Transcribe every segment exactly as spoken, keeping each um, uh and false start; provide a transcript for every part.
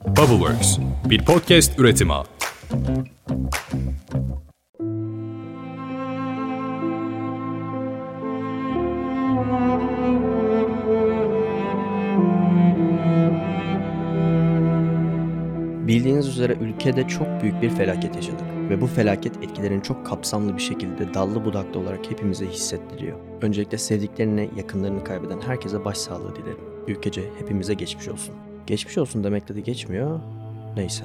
Bubbleworks, bir podcast üretimi. Bildiğiniz üzere ülkede çok büyük bir felaket yaşadık ve bu felaket etkilerini çok kapsamlı bir şekilde dallı budaklı olarak hepimize hissettiriyor. Öncelikle sevdiklerini, yakınlarını kaybeden herkese başsağlığı dilerim. Ülkece hepimize geçmiş olsun. Geçmiş olsun demekle de geçmiyor. Neyse.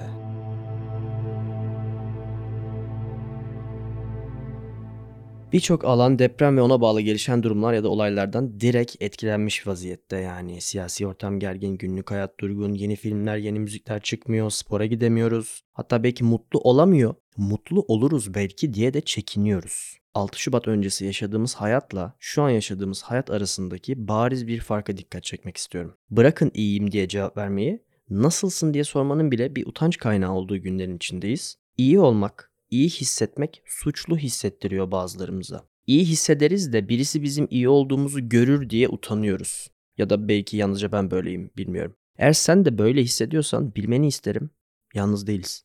Birçok alan deprem ve ona bağlı gelişen durumlar ya da olaylardan direkt etkilenmiş vaziyette. Yani siyasi ortam gergin, günlük hayat durgun, yeni filmler, yeni müzikler çıkmıyor, spora gidemiyoruz. Hatta belki mutlu olamıyor, mutlu oluruz belki diye de çekiniyoruz. altı Şubat öncesi yaşadığımız hayatla şu an yaşadığımız hayat arasındaki bariz bir farka dikkat çekmek istiyorum. Bırakın iyiyim diye cevap vermeyi, nasılsın diye sormanın bile bir utanç kaynağı olduğu günlerin içindeyiz. İyi olmak, İyi hissetmek suçlu hissettiriyor bazılarımıza. İyi hissederiz de birisi bizim iyi olduğumuzu görür diye utanıyoruz. Ya da belki yalnızca ben böyleyim, bilmiyorum. Eğer sen de böyle hissediyorsan bilmeni isterim. Yalnız değiliz.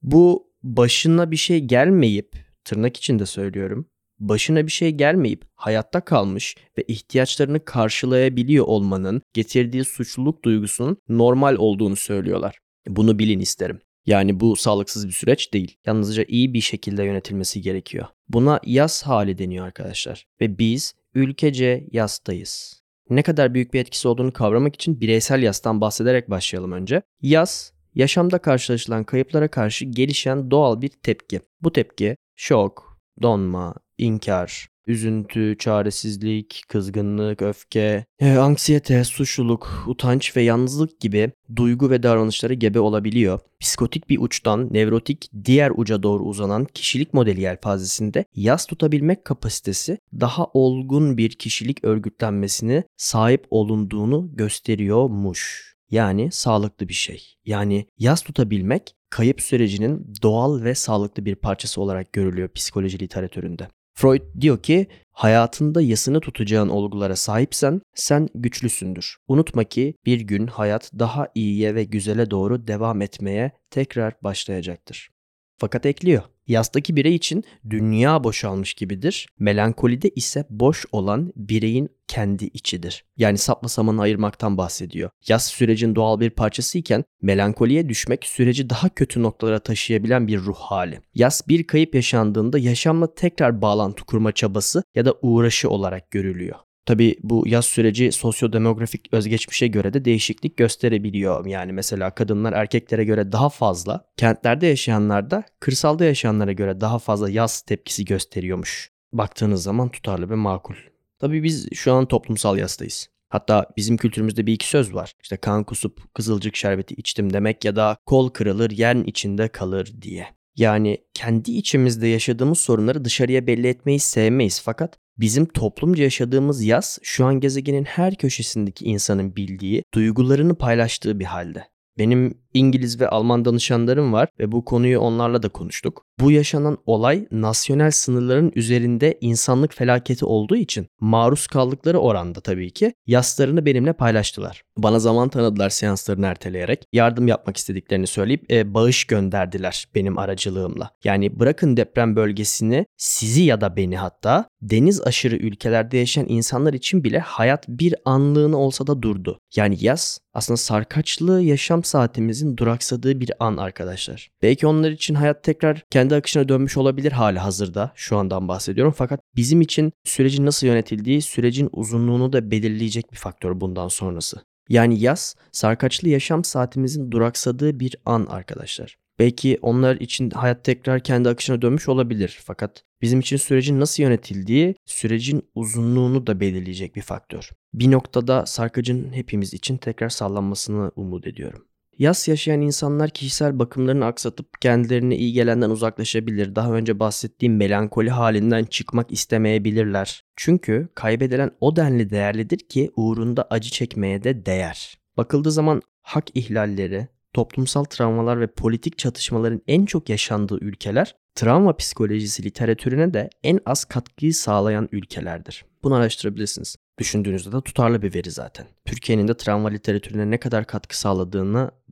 Bu başına bir şey gelmeyip, tırnak içinde söylüyorum, başına bir şey gelmeyip hayatta kalmış ve ihtiyaçlarını karşılayabiliyor olmanın getirdiği suçluluk duygusunun normal olduğunu söylüyorlar. Bunu bilin isterim. Yani bu sağlıksız bir süreç değil. Yalnızca iyi bir şekilde yönetilmesi gerekiyor. Buna yas hali deniyor arkadaşlar. Ve biz ülkece yastayız. Ne kadar büyük bir etkisi olduğunu kavramak için bireysel yastan bahsederek başlayalım önce. Yas, yaşamda karşılaşılan kayıplara karşı gelişen doğal bir tepki. Bu tepki şok, donma, inkar, üzüntü, çaresizlik, kızgınlık, öfke, e, anksiyete, suçluluk, utanç ve yalnızlık gibi duygu ve davranışları gebe olabiliyor. Psikotik bir uçtan nevrotik diğer uca doğru uzanan kişilik modeli yelpazesinde yas tutabilmek kapasitesi daha olgun bir kişilik örgütlenmesine sahip olunduğunu gösteriyormuş. Yani sağlıklı bir şey. Yani yas tutabilmek kayıp sürecinin doğal ve sağlıklı bir parçası olarak görülüyor psikoloji literatüründe. Freud diyor ki hayatında yasını tutacağın olgulara sahipsen sen güçlüsündür. Unutma ki bir gün hayat daha iyiye ve güzele doğru devam etmeye tekrar başlayacaktır. Fakat ekliyor. Yastaki birey için dünya boşalmış gibidir. Melankolide ise boş olan bireyin kendi içidir. Yani sapla samanı ayırmaktan bahsediyor. Yas sürecin doğal bir parçasıyken melankoliye düşmek süreci daha kötü noktalara taşıyabilen bir ruh hali. Yas bir kayıp yaşandığında yaşamla tekrar bağlantı kurma çabası ya da uğraşı olarak görülüyor. Tabii bu yas süreci sosyodemografik özgeçmişe göre de değişiklik gösterebiliyor. Yani mesela kadınlar erkeklere göre daha fazla, kentlerde yaşayanlar da kırsalda yaşayanlara göre daha fazla yas tepkisi gösteriyormuş. Baktığınız zaman tutarlı ve makul. Tabii biz şu an toplumsal yastayız. Hatta bizim kültürümüzde bir iki söz var. İşte kan kusup kızılcık şerbeti içtim demek ya da kol kırılır yen içinde kalır diye. Yani kendi içimizde yaşadığımız sorunları dışarıya belli etmeyi sevmeyiz fakat bizim toplumca yaşadığımız yas şu an gezegenin her köşesindeki insanın bildiği, duygularını paylaştığı bir halde. Benim İngiliz ve Alman danışanlarım var ve bu konuyu onlarla da konuştuk. Bu yaşanan olay nasyonel sınırların üzerinde insanlık felaketi olduğu için maruz kaldıkları oranda tabii ki yaslarını benimle paylaştılar. Bana zaman tanıdılar seanslarını erteleyerek. Yardım yapmak istediklerini söyleyip e, bağış gönderdiler benim aracılığımla. Yani bırakın deprem bölgesini, sizi ya da beni hatta deniz aşırı ülkelerde yaşayan insanlar için bile hayat bir anlığına olsa da durdu. Yani yas aslında sarkaçlı yaşam saatimizin duraksadığı bir an arkadaşlar. Belki onlar için hayat tekrar kendi akışına dönmüş olabilir hali hazırda. Şu andan bahsediyorum. Fakat bizim için sürecin nasıl yönetildiği sürecin uzunluğunu da belirleyecek bir faktör bundan sonrası. Yani yas sarkaçlı yaşam saatimizin duraksadığı bir an arkadaşlar. Belki onlar için hayat tekrar kendi akışına dönmüş olabilir. Fakat bizim için sürecin nasıl yönetildiği sürecin uzunluğunu da belirleyecek bir faktör. Bir noktada sarkacın hepimiz için tekrar sallanmasını umut ediyorum. Yas yaşayan insanlar kişisel bakımlarını aksatıp kendilerine iyi gelenden uzaklaşabilir. Daha önce bahsettiğim melankoli halinden çıkmak istemeyebilirler. Çünkü kaybedilen o denli değerlidir ki uğrunda acı çekmeye de değer. Bakıldığı zaman hak ihlalleri, toplumsal travmalar ve politik çatışmaların en çok yaşandığı ülkeler, travma psikolojisi literatürüne de en az katkıyı sağlayan ülkelerdir. Bunu araştırabilirsiniz. Düşündüğünüzde de tutarlı bir veri zaten. Türkiye'nin de travma literatürüne ne kadar katkı sağladığını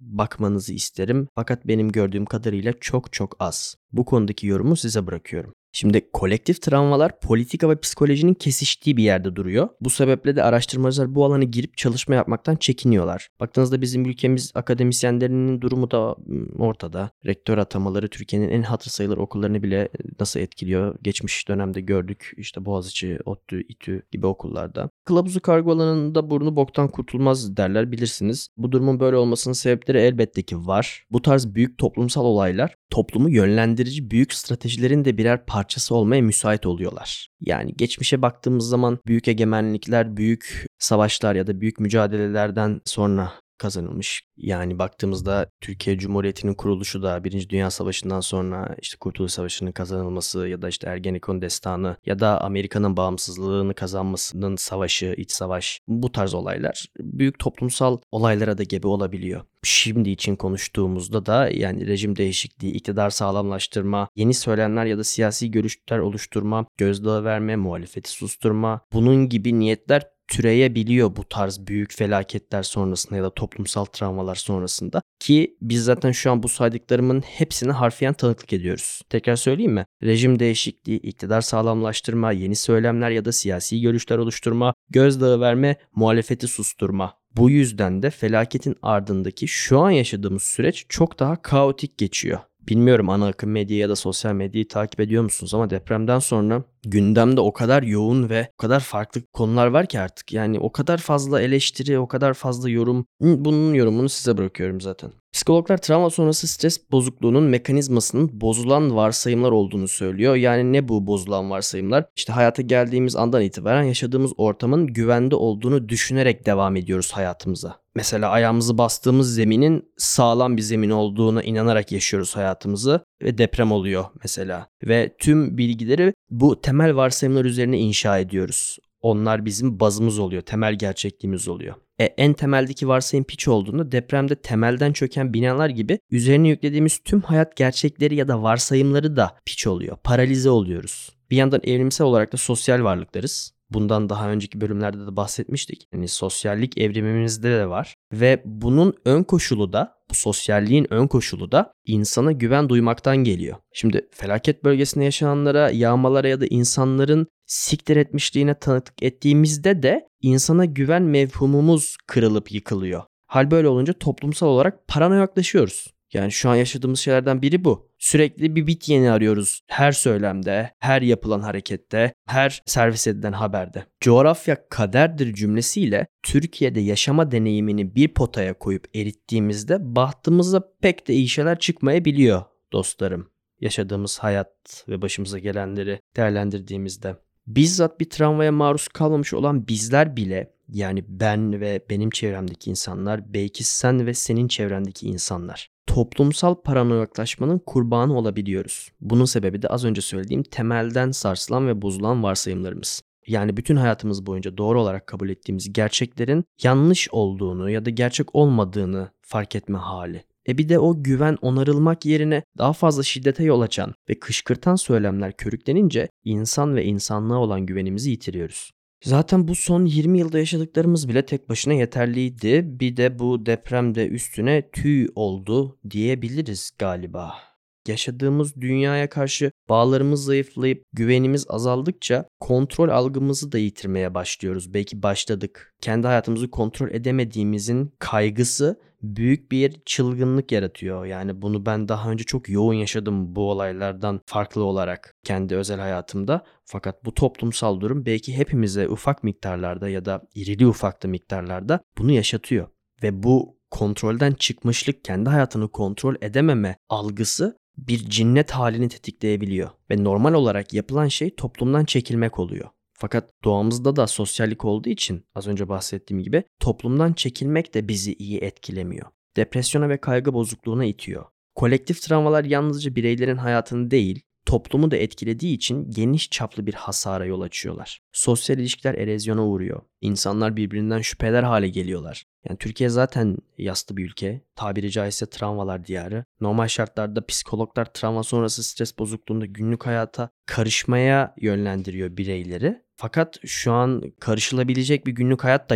bakmanızı isterim. Fakat benim gördüğüm kadarıyla çok çok az. Bu konudaki yorumu size bırakıyorum. Şimdi kolektif travmalar politika ve psikolojinin kesiştiği bir yerde duruyor. Bu sebeple de araştırmacılar bu alana girip çalışma yapmaktan çekiniyorlar. Baktığınızda bizim ülkemiz akademisyenlerinin durumu da ortada. Rektör atamaları Türkiye'nin en hatır sayılır okullarını bile nasıl etkiliyor? Geçmiş dönemde gördük işte Boğaziçi, ODTÜ, İTÜ gibi okullarda. Kılavuzu kargo alanında burnu boktan kurtulmaz derler bilirsiniz. Bu durumun böyle olmasının sebepleri elbette ki var. Bu tarz büyük toplumsal olaylar toplumu yönlendirici büyük stratejilerin de birer parçası olmaya müsait oluyorlar. Yani geçmişe baktığımız zaman büyük egemenlikler, büyük savaşlar ya da büyük mücadelelerden sonra kazanılmış. Yani baktığımızda Türkiye Cumhuriyeti'nin kuruluşu da Birinci Dünya Savaşı'ndan sonra işte Kurtuluş Savaşı'nın kazanılması ya da işte Ergenekon Destanı ya da Amerika'nın bağımsızlığını kazanmasının savaşı, iç savaş, bu tarz olaylar büyük toplumsal olaylara da gebe olabiliyor. Şimdi için konuştuğumuzda da yani rejim değişikliği, iktidar sağlamlaştırma, yeni söylemler ya da siyasi görüşler oluşturma, gözdağı verme, muhalefeti susturma, bunun gibi niyetler türeyebiliyor bu tarz büyük felaketler sonrasında ya da toplumsal travmalar sonrasında ki biz zaten şu an bu saydıklarımın hepsine harfiyen tanıklık ediyoruz. Tekrar söyleyeyim mi? Rejim değişikliği, iktidar sağlamlaştırma, yeni söylemler ya da siyasi görüşler oluşturma, gözdağı verme, muhalefeti susturma. Bu yüzden de felaketin ardındaki şu an yaşadığımız süreç çok daha kaotik geçiyor. Bilmiyorum ana akım medya ya da sosyal medyayı takip ediyor musunuz ama depremden sonra gündemde o kadar yoğun ve o kadar farklı konular var ki artık. Yani o kadar fazla eleştiri, o kadar fazla yorum. Bunun yorumunu size bırakıyorum zaten. Psikologlar travma sonrası stres bozukluğunun mekanizmasının bozulan varsayımlar olduğunu söylüyor. Yani ne bu bozulan varsayımlar? İşte hayata geldiğimiz andan itibaren yaşadığımız ortamın güvende olduğunu düşünerek devam ediyoruz hayatımıza. Mesela ayağımızı bastığımız zeminin sağlam bir zemin olduğuna inanarak yaşıyoruz hayatımızı ve deprem oluyor mesela. Ve tüm bilgileri bu temel varsayımlar üzerine inşa ediyoruz. Onlar bizim bazımız oluyor, temel gerçekliğimiz oluyor. E, en temeldeki varsayım piç olduğunda depremde temelden çöken binalar gibi üzerine yüklediğimiz tüm hayat gerçekleri ya da varsayımları da piç oluyor. Paralize oluyoruz. Bir yandan evrimsel olarak da sosyal varlıklarız. Bundan daha önceki bölümlerde de bahsetmiştik. Yani sosyallik evrimimizde de var. Ve bunun ön koşulu da, bu sosyalliğin ön koşulu da insana güven duymaktan geliyor. Şimdi felaket bölgesinde yaşananlara, yağmalara ya da insanların siktir etmişliğine tanıklık ettiğimizde de insana güven mevhumumuz kırılıp yıkılıyor. Hal böyle olunca toplumsal olarak paranoyaklaşıyoruz. Yani şu an yaşadığımız şeylerden biri bu. Sürekli bir bit yeni arıyoruz. Her söylemde, her yapılan harekette, her servis edilen haberde. Coğrafya kaderdir cümlesiyle Türkiye'de yaşama deneyimini bir potaya koyup erittiğimizde bahtımıza pek de iyi şeyler çıkmayabiliyor dostlarım. Yaşadığımız hayat ve başımıza gelenleri değerlendirdiğimizde. Bizzat bir travmaya maruz kalmamış olan bizler bile, yani ben ve benim çevremdeki insanlar, belki sen ve senin çevrendeki insanlar, toplumsal paranoyaklaşmanın kurbanı olabiliyoruz. Bunun sebebi de az önce söylediğim temelden sarsılan ve bozulan varsayımlarımız. Yani bütün hayatımız boyunca doğru olarak kabul ettiğimiz gerçeklerin yanlış olduğunu ya da gerçek olmadığını fark etme hali. E bir de o güven onarılmak yerine daha fazla şiddete yol açan ve kışkırtan söylemler körüklenince insan ve insanlığa olan güvenimizi yitiriyoruz. Zaten bu son yirmi yılda yaşadıklarımız bile tek başına yeterliydi. Bir de bu depremde üstüne tüy oldu diyebiliriz galiba. Yaşadığımız dünyaya karşı bağlarımız zayıflayıp güvenimiz azaldıkça kontrol algımızı da yitirmeye başlıyoruz. Belki başladık. Kendi hayatımızı kontrol edemediğimizin kaygısı büyük bir çılgınlık yaratıyor. Yani bunu ben daha önce çok yoğun yaşadım bu olaylardan farklı olarak kendi özel hayatımda. Fakat bu toplumsal durum belki hepimize ufak miktarlarda ya da irili ufaklı miktarlarda bunu yaşatıyor. Ve bu kontrolden çıkmışlık, kendi hayatını kontrol edememe algısı bir cinnet halini tetikleyebiliyor. Ve normal olarak yapılan şey toplumdan çekilmek oluyor. Fakat doğamızda da sosyallik olduğu için az önce bahsettiğim gibi toplumdan çekilmek de bizi iyi etkilemiyor. Depresyona ve kaygı bozukluğuna itiyor. Kolektif travmalar yalnızca bireylerin hayatını değil, toplumu da etkilediği için geniş çaplı bir hasara yol açıyorlar. Sosyal ilişkiler erozyona uğruyor. İnsanlar birbirinden şüpheler hale geliyorlar. Yani Türkiye zaten yaslı bir ülke. Tabiri caizse travmalar diyarı. Normal şartlarda psikologlar travma sonrası stres bozukluğunda günlük hayata karışmaya yönlendiriyor bireyleri. Fakat şu an karışılabilecek bir günlük hayat da yok.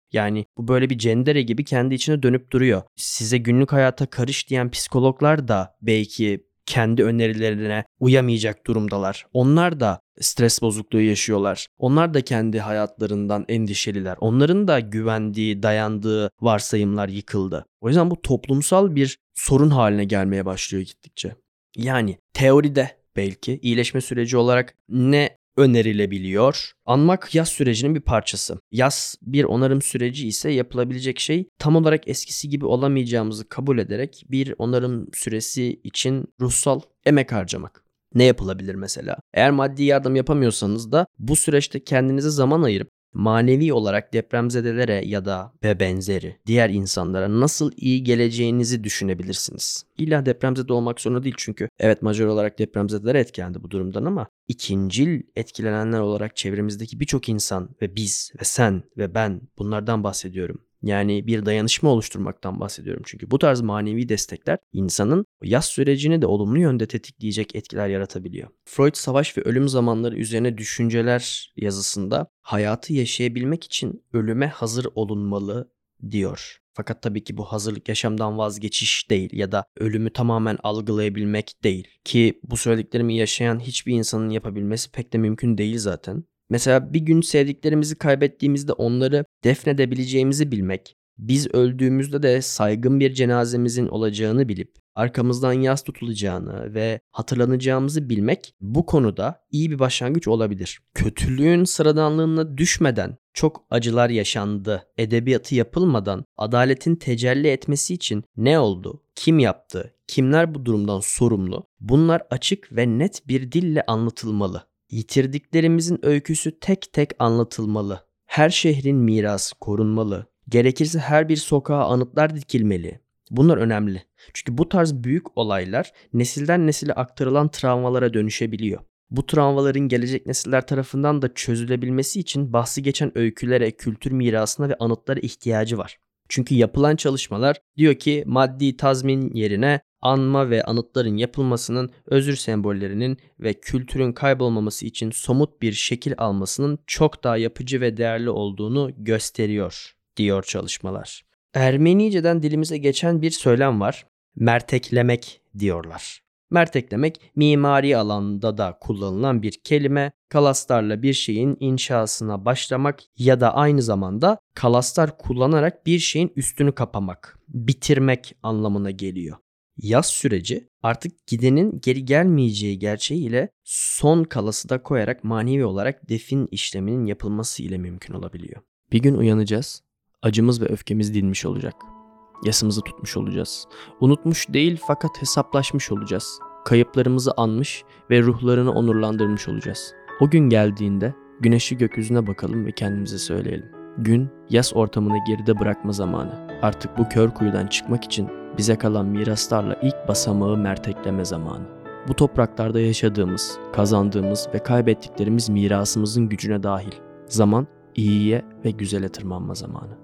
Yani bu böyle bir cendere gibi kendi içine dönüp duruyor. Size günlük hayata karış diyen psikologlar da belki kendi önerilerine uyamayacak durumdalar. Onlar da stres bozukluğu yaşıyorlar. Onlar da kendi hayatlarından endişeliler. Onların da güvendiği, dayandığı varsayımlar yıkıldı. O yüzden bu toplumsal bir sorun haline gelmeye başlıyor gittikçe. Yani teoride belki iyileşme süreci olarak ne önerilebiliyor? Anmak yaz sürecinin bir parçası. Yaz bir onarım süreci ise yapılabilecek şey tam olarak eskisi gibi olamayacağımızı kabul ederek bir onarım süresi için ruhsal emek harcamak. Ne yapılabilir mesela? Eğer maddi yardım yapamıyorsanız da bu süreçte kendinize zaman ayırıp manevi olarak depremzedelere ya da ve benzeri diğer insanlara nasıl iyi geleceğinizi düşünebilirsiniz. İlla depremzede olmak zorunda değil çünkü evet majör olarak depremzedeler etkilendi bu durumdan ama ikincil etkilenenler olarak çevremizdeki birçok insan ve biz ve sen ve ben bunlardan bahsediyorum. Yani bir dayanışma oluşturmaktan bahsediyorum. Çünkü bu tarz manevi destekler insanın yaz sürecini de olumlu yönde tetikleyecek etkiler yaratabiliyor. Freud savaş ve ölüm zamanları üzerine düşünceler yazısında hayatı yaşayabilmek için ölüme hazır olunmalı diyor. Fakat tabii ki bu hazırlık yaşamdan vazgeçiş değil ya da ölümü tamamen algılayabilmek değil. Ki bu söylediklerimi yaşayan hiçbir insanın yapabilmesi pek de mümkün değil zaten. Mesela bir gün sevdiklerimizi kaybettiğimizde onları defnedebileceğimizi bilmek, biz öldüğümüzde de saygın bir cenazemizin olacağını bilip arkamızdan yas tutulacağını ve hatırlanacağımızı bilmek bu konuda iyi bir başlangıç olabilir. Kötülüğün sıradanlığına düşmeden çok acılar yaşandı, edebiyatı yapılmadan adaletin tecelli etmesi için ne oldu, kim yaptı, kimler bu durumdan sorumlu? Bunlar açık ve net bir dille anlatılmalı. Yitirdiklerimizin öyküsü tek tek anlatılmalı. Her şehrin mirası korunmalı. Gerekirse her bir sokağa anıtlar dikilmeli. Bunlar önemli. Çünkü bu tarz büyük olaylar nesilden nesile aktarılan travmalara dönüşebiliyor. Bu travmaların gelecek nesiller tarafından da çözülebilmesi için bahsi geçen öykülere, kültür mirasına ve anıtlara ihtiyacı var. Çünkü yapılan çalışmalar diyor ki maddi tazmin yerine anma ve anıtların yapılmasının özür sembollerinin ve kültürün kaybolmaması için somut bir şekil almasının çok daha yapıcı ve değerli olduğunu gösteriyor, diyor çalışmalar. Ermenice'den dilimize geçen bir söylem var. Merteklemek diyorlar. Merteklemek mimari alanda da kullanılan bir kelime. Kalastarla bir şeyin inşasına başlamak ya da aynı zamanda kalastar kullanarak bir şeyin üstünü kapamak, bitirmek anlamına geliyor. Yaz süreci artık gidenin geri gelmeyeceği gerçeğiyle son kalası da koyarak manevi olarak defin işleminin yapılması ile mümkün olabiliyor. Bir gün uyanacağız, acımız ve öfkemiz dinmiş olacak. Yasımızı tutmuş olacağız. Unutmuş değil fakat hesaplaşmış olacağız. Kayıplarımızı anmış ve ruhlarını onurlandırmış olacağız. O gün geldiğinde güneşli gökyüzüne bakalım ve kendimize söyleyelim. Gün yaz ortamını geride bırakma zamanı. Artık bu kör kuyudan çıkmak için bize kalan miraslarla ilk basamağı mertekleme zamanı. Bu topraklarda yaşadığımız, kazandığımız ve kaybettiklerimiz mirasımızın gücüne dahil. Zaman iyiye ve güzele tırmanma zamanı.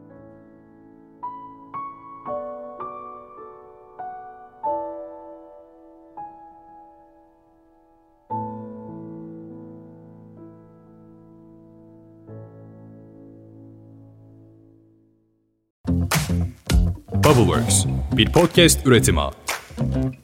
Bubbleworks, bir podcast üretimi.